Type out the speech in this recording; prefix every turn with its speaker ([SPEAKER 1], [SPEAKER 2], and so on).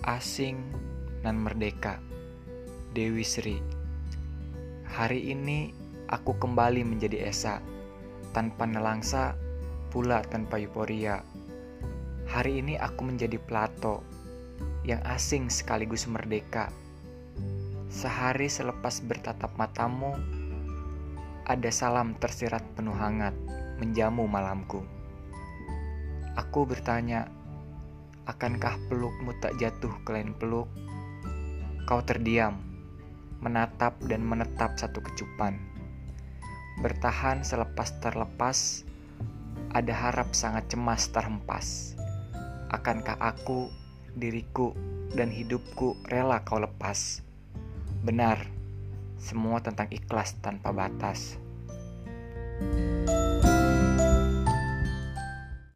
[SPEAKER 1] Asing nan merdeka. Dewi Sri. Hari ini aku kembali menjadi Esa, tanpa nelangsa, pula tanpa euforia. Hari ini aku menjadi Plato, yang asing sekaligus merdeka. Sehari selepas bertatap matamu, ada salam tersirat penuh hangat, menjamu malamku. Aku bertanya, akankah pelukmu tak jatuh ke lain peluk? Kau terdiam, menatap dan menetap satu kecupan. Bertahan selepas terlepas, ada harap sangat cemas terhempas. Akankah aku, diriku, dan hidupku rela kau lepas? Benar, semua tentang ikhlas tanpa batas.